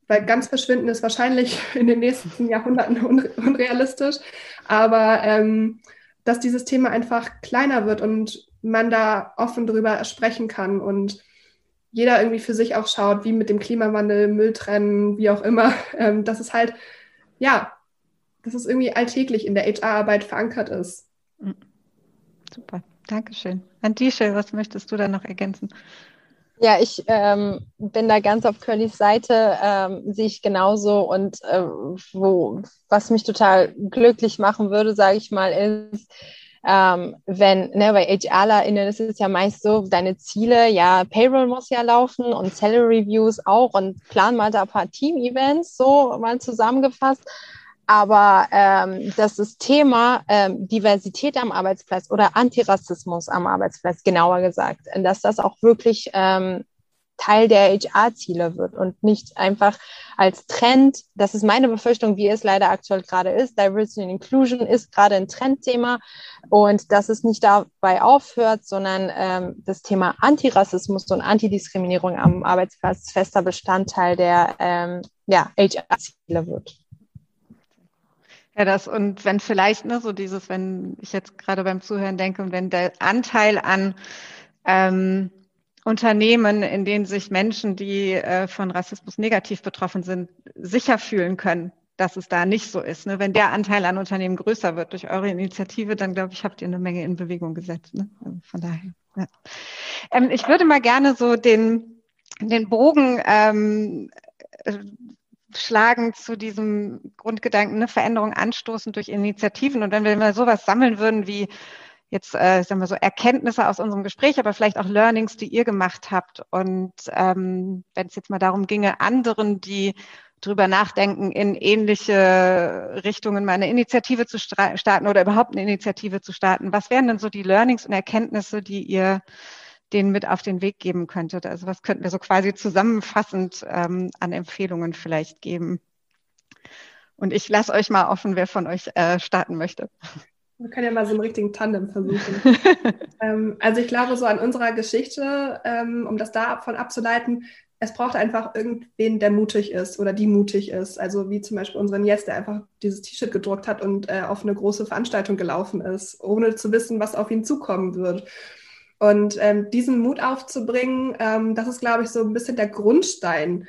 weil ganz verschwinden ist wahrscheinlich in den nächsten Jahrhunderten unrealistisch, aber dass dieses Thema einfach kleiner wird und man da offen drüber sprechen kann und jeder irgendwie für sich auch schaut, wie mit dem Klimawandel, Müll trennen, wie auch immer, dass es halt, ja, dass es irgendwie alltäglich in der HR-Arbeit verankert ist. Super, Dankeschön. Andische, was möchtest du da noch ergänzen? Ja, ich bin da ganz auf Curlys Seite, sehe ich genauso. Und was mich total glücklich machen würde, sage ich mal, ist, wenn, ne, bei HRlerInnen ist es ja meist so, deine Ziele, ja, Payroll muss ja laufen und Salary Reviews auch und plan mal da ein paar Team-Events, so mal zusammengefasst. Aber dass das Thema Diversität am Arbeitsplatz oder Antirassismus am Arbeitsplatz, genauer gesagt, dass das auch wirklich Teil der HR-Ziele wird und nicht einfach als Trend, das ist meine Befürchtung, wie es leider aktuell gerade ist. Diversity and Inclusion ist gerade ein Trendthema und dass es nicht dabei aufhört, sondern das Thema Antirassismus und Antidiskriminierung am Arbeitsplatz fester Bestandteil der HR-Ziele wird. Ja, und wenn vielleicht, ne, so dieses, wenn ich jetzt gerade beim Zuhören denke und wenn der Anteil an Unternehmen, in denen sich Menschen, die von Rassismus negativ betroffen sind, sicher fühlen können, dass es da nicht so ist. Ne? Wenn der Anteil an Unternehmen größer wird durch eure Initiative, dann glaube ich, habt ihr eine Menge in Bewegung gesetzt. Ne? Also von daher. Ja. Ich würde mal gerne so den Bogen schlagen zu diesem Grundgedanken, eine Veränderung anstoßen durch Initiativen. Und wenn wir mal sowas sammeln würden wie jetzt, sagen wir so, Erkenntnisse aus unserem Gespräch, aber vielleicht auch Learnings, die ihr gemacht habt. Und wenn es jetzt mal darum ginge, anderen, die drüber nachdenken, in ähnliche Richtungen mal eine Initiative zu starten oder überhaupt eine Initiative zu starten, was wären denn so die Learnings und Erkenntnisse, die ihr denen mit auf den Weg geben könntet? Also was könnten wir so quasi zusammenfassend an Empfehlungen vielleicht geben? Und ich lasse euch mal offen, wer von euch starten möchte. Wir können ja mal so einen richtigen Tandem versuchen. Also ich glaube, so an unserer Geschichte, um das davon abzuleiten, es braucht einfach irgendwen, der mutig ist oder die mutig ist. Also wie zum Beispiel unseren Jes, der einfach dieses T-Shirt gedruckt hat und auf eine große Veranstaltung gelaufen ist, ohne zu wissen, was auf ihn zukommen wird. Und diesen Mut aufzubringen, das ist, glaube ich, so ein bisschen der Grundstein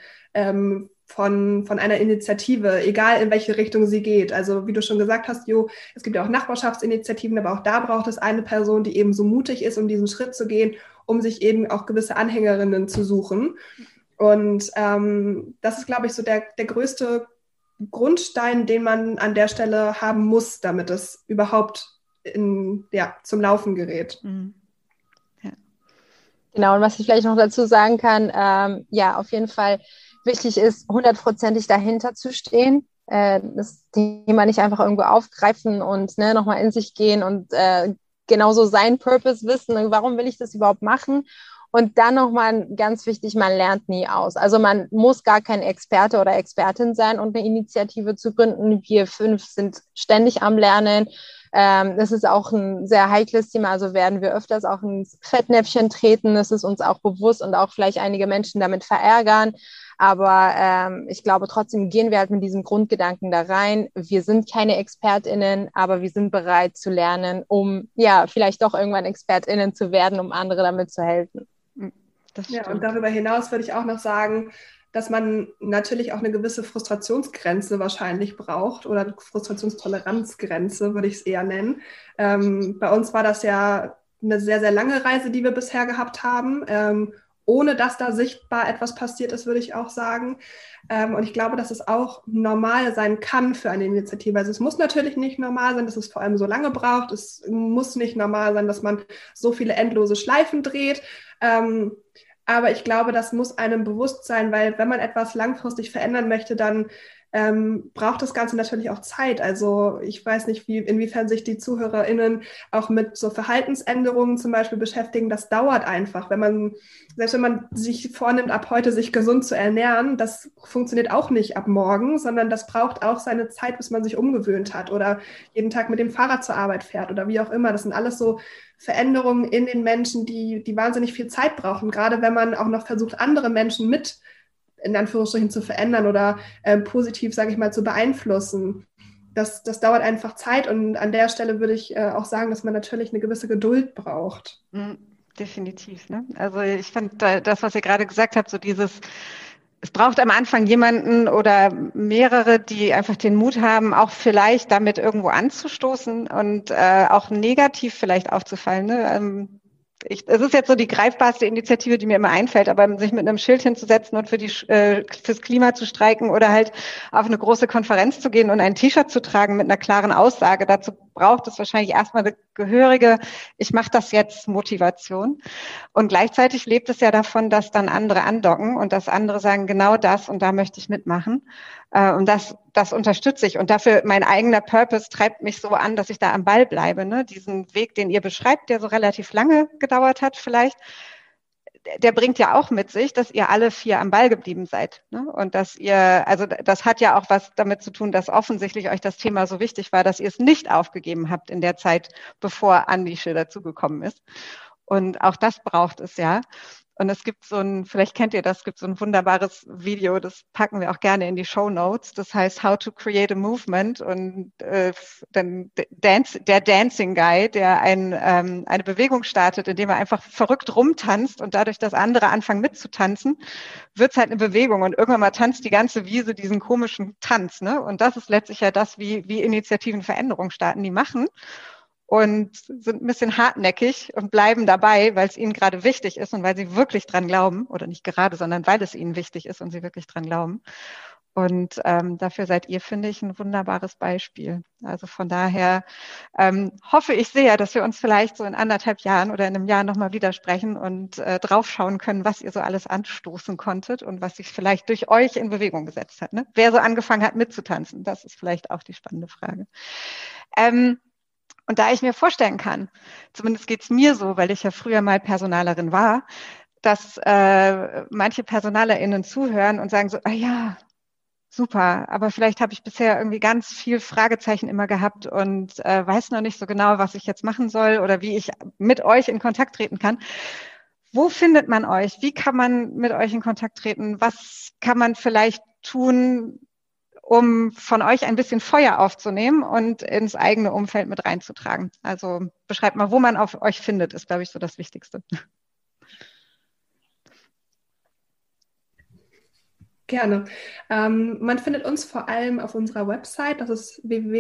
von einer Initiative, egal in welche Richtung sie geht. Also wie du schon gesagt hast, Jo, es gibt ja auch Nachbarschaftsinitiativen, aber auch da braucht es eine Person, die eben so mutig ist, um diesen Schritt zu gehen, um sich eben auch gewisse Anhängerinnen zu suchen. Und das ist, glaube ich, so der größte Grundstein, den man an der Stelle haben muss, damit es überhaupt zum Laufen gerät. Mhm. Genau, und was ich vielleicht noch dazu sagen kann, auf jeden Fall wichtig ist, 100%ig dahinter zu stehen, das Thema nicht einfach irgendwo aufgreifen und nochmal in sich gehen und genauso seinen Purpose wissen, warum will ich das überhaupt machen? Und dann nochmal ganz wichtig, man lernt nie aus. Also man muss gar kein Experte oder Expertin sein, um eine Initiative zu gründen. Wir 5 sind ständig am Lernen. Das ist auch ein sehr heikles Thema, also werden wir öfters auch ins Fettnäpfchen treten. Das ist uns auch bewusst und auch vielleicht einige Menschen damit verärgern. Aber ich glaube, trotzdem gehen wir halt mit diesem Grundgedanken da rein. Wir sind keine ExpertInnen, aber wir sind bereit zu lernen, um vielleicht doch irgendwann ExpertInnen zu werden, um andere damit zu helfen. Ja, und darüber hinaus würde ich auch noch sagen, dass man natürlich auch eine gewisse Frustrationsgrenze wahrscheinlich braucht oder Frustrationstoleranzgrenze, würde ich es eher nennen. Bei uns war das ja eine sehr, sehr lange Reise, die wir bisher gehabt haben, ohne dass da sichtbar etwas passiert ist, würde ich auch sagen. Und ich glaube, dass es auch normal sein kann für eine Initiative. Also es muss natürlich nicht normal sein, dass es vor allem so lange braucht. Es muss nicht normal sein, dass man so viele endlose Schleifen dreht. Aber ich glaube, das muss einem bewusst sein, weil wenn man etwas langfristig verändern möchte, dann braucht das Ganze natürlich auch Zeit. Also ich weiß nicht, inwiefern sich die ZuhörerInnen auch mit so Verhaltensänderungen zum Beispiel beschäftigen. Das dauert einfach. Selbst wenn man sich vornimmt, ab heute sich gesund zu ernähren, das funktioniert auch nicht ab morgen, sondern das braucht auch seine Zeit, bis man sich umgewöhnt hat oder jeden Tag mit dem Fahrrad zur Arbeit fährt oder wie auch immer. Das sind alles so Veränderungen in den Menschen, die wahnsinnig viel Zeit brauchen. Gerade wenn man auch noch versucht, andere Menschen mit in Anführungsstrichen zu verändern oder positiv, sage ich mal, zu beeinflussen. Das dauert einfach Zeit und an der Stelle würde ich auch sagen, dass man natürlich eine gewisse Geduld braucht. Definitiv, ne? Also ich fand das, was ihr gerade gesagt habt, so dieses, es braucht am Anfang jemanden oder mehrere, die einfach den Mut haben, auch vielleicht damit irgendwo anzustoßen und auch negativ vielleicht aufzufallen, ne? Es ist jetzt so die greifbarste Initiative, die mir immer einfällt, aber sich mit einem Schild hinzusetzen und fürs Klima zu streiken oder halt auf eine große Konferenz zu gehen und ein T-Shirt zu tragen mit einer klaren Aussage, dazu braucht es wahrscheinlich erstmal eine gehörige, ich mache das jetzt Motivation. Und gleichzeitig lebt es ja davon, dass dann andere andocken und dass andere sagen, genau das und da möchte ich mitmachen. Und das unterstütze ich. Und dafür mein eigener Purpose treibt mich so an, dass ich da am Ball bleibe. Ne? Diesen Weg, den ihr beschreibt, der so relativ lange gedauert hat vielleicht, der bringt ja auch mit sich, dass ihr alle 4 am Ball geblieben seid. Ne? Und dass ihr, also das hat ja auch was damit zu tun, dass offensichtlich euch das Thema so wichtig war, dass ihr es nicht aufgegeben habt in der Zeit, bevor Andische dazugekommen ist. Und auch das braucht es ja. Und es gibt vielleicht kennt ihr das, es gibt so ein wunderbares Video, das packen wir auch gerne in die Shownotes. Das heißt How to Create a Movement. Und dann der Dancing Guy, der eine Bewegung startet, indem er einfach verrückt rumtanzt und dadurch, dass andere anfangen mitzutanzen, wird es halt eine Bewegung. Und irgendwann mal tanzt die ganze Wiese diesen komischen Tanz. Ne? Und das ist letztlich ja das, wie Initiativen Veränderung starten, die machen. Und sind ein bisschen hartnäckig und bleiben dabei, weil es ihnen gerade wichtig ist und weil sie wirklich dran glauben, oder nicht gerade, sondern weil es ihnen wichtig ist und sie wirklich dran glauben. Und dafür seid ihr, finde ich, ein wunderbares Beispiel. Also von daher hoffe ich sehr, dass wir uns vielleicht so in 1,5 Jahren oder in einem Jahr nochmal widersprechen und draufschauen können, was ihr so alles anstoßen konntet und was sich vielleicht durch euch in Bewegung gesetzt hat. Ne? Wer so angefangen hat mitzutanzen, das ist vielleicht auch die spannende Frage. Und da ich mir vorstellen kann, zumindest geht's mir so, weil ich ja früher mal Personalerin war, dass manche PersonalerInnen zuhören und sagen so, ah ja, super, aber vielleicht habe ich bisher irgendwie ganz viel Fragezeichen immer gehabt und weiß noch nicht so genau, was ich jetzt machen soll oder wie ich mit euch in Kontakt treten kann. Wo findet man euch? Wie kann man mit euch in Kontakt treten? Was kann man vielleicht tun, um von euch ein bisschen Feuer aufzunehmen und ins eigene Umfeld mit reinzutragen? Also beschreibt mal, wo man auf euch findet, ist, glaube ich, so das Wichtigste. Gerne. Man findet uns vor allem auf unserer Website, das ist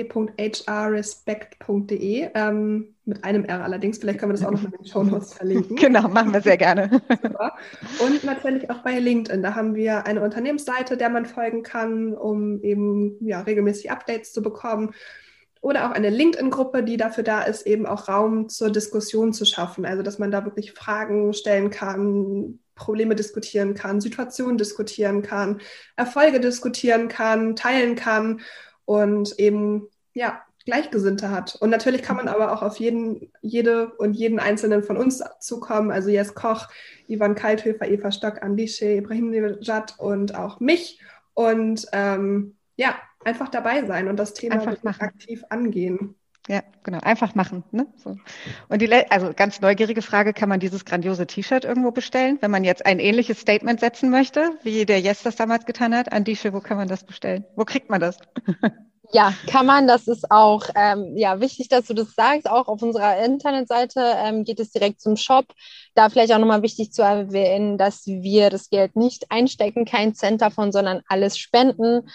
www.hrrespect.de, mit einem R allerdings, vielleicht können wir das auch noch in den Shownotes verlinken. Genau, machen wir sehr gerne. Super. Und natürlich auch bei LinkedIn, da haben wir eine Unternehmensseite, der man folgen kann, um eben regelmäßig Updates zu bekommen. Oder auch eine LinkedIn-Gruppe, die dafür da ist, eben auch Raum zur Diskussion zu schaffen. Also, dass man da wirklich Fragen stellen kann, Probleme diskutieren kann, Situationen diskutieren kann, Erfolge diskutieren kann, teilen kann und eben, Gleichgesinnte hat. Und natürlich kann man aber auch auf jede und jeden Einzelnen von uns zukommen. Also Jess Koch, Ivan Kalthöfer, Eva Stock, Andische, Ibrahim Nejad und auch mich. Und einfach dabei sein und das Thema aktiv angehen. Ja, genau. Einfach machen. Ne? So. Und also ganz neugierige Frage, kann man dieses grandiose T-Shirt irgendwo bestellen, wenn man jetzt ein ähnliches Statement setzen möchte, wie der Jess das damals getan hat? Andische, wo kann man das bestellen? Wo kriegt man das? Ja, kann man. Das ist auch wichtig, dass du das sagst. Auch auf unserer Internetseite geht es direkt zum Shop. Da vielleicht auch nochmal wichtig zu erwähnen, dass wir das Geld nicht einstecken, kein Cent davon, sondern alles spenden.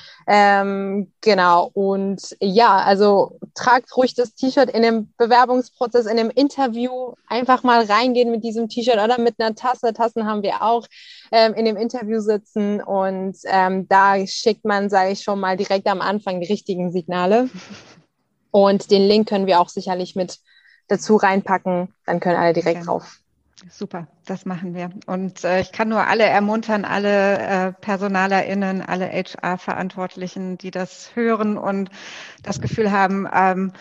Genau. Und also tragt ruhig das T-Shirt in dem Bewerbungsprozess, in dem Interview. Einfach mal reingehen mit diesem T-Shirt oder mit einer Tasse. Tassen haben wir auch in dem Interview sitzen. Und da schickt man, sage ich schon mal, direkt am Anfang die richtigen Signale. Und den Link können wir auch sicherlich mit dazu reinpacken. Dann können alle direkt drauf. Super, das machen wir. Und ich kann nur alle ermuntern, alle PersonalerInnen, alle HR-Verantwortlichen, die das hören und das Gefühl haben,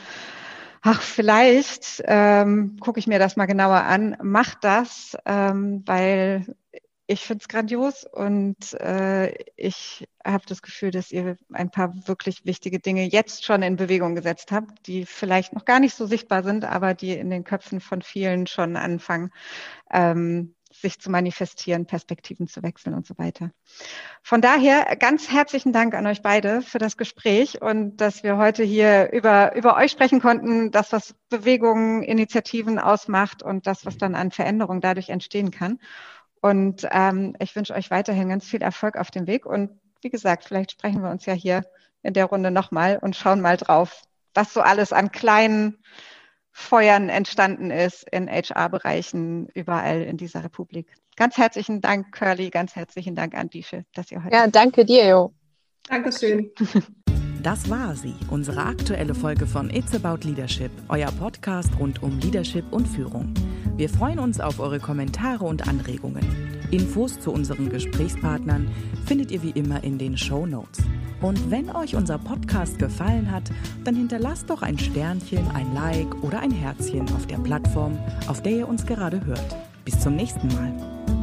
vielleicht gucke ich mir das mal genauer an. Macht das, weil ich finde es grandios und ich habe das Gefühl, dass ihr ein paar wirklich wichtige Dinge jetzt schon in Bewegung gesetzt habt, die vielleicht noch gar nicht so sichtbar sind, aber die in den Köpfen von vielen schon anfangen, sich zu manifestieren, Perspektiven zu wechseln und so weiter. Von daher ganz herzlichen Dank an euch beide für das Gespräch und dass wir heute hier über euch sprechen konnten, das, was Bewegungen, Initiativen ausmacht und das, was dann an Veränderung dadurch entstehen kann. Und ich wünsche euch weiterhin ganz viel Erfolg auf dem Weg. Und wie gesagt, vielleicht sprechen wir uns ja hier in der Runde nochmal und schauen mal drauf, was so alles an kleinen Feuern entstanden ist in HR-Bereichen überall in dieser Republik. Ganz herzlichen Dank, Curly, ganz herzlichen Dank an Dische, dass ihr heute... Ja, danke dir, Jo. Dankeschön. Das war sie, unsere aktuelle Folge von It's About Leadership, euer Podcast rund um Leadership und Führung. Wir freuen uns auf eure Kommentare und Anregungen. Infos zu unseren Gesprächspartnern findet ihr wie immer in den Shownotes. Und wenn euch unser Podcast gefallen hat, dann hinterlasst doch ein Sternchen, ein Like oder ein Herzchen auf der Plattform, auf der ihr uns gerade hört. Bis zum nächsten Mal.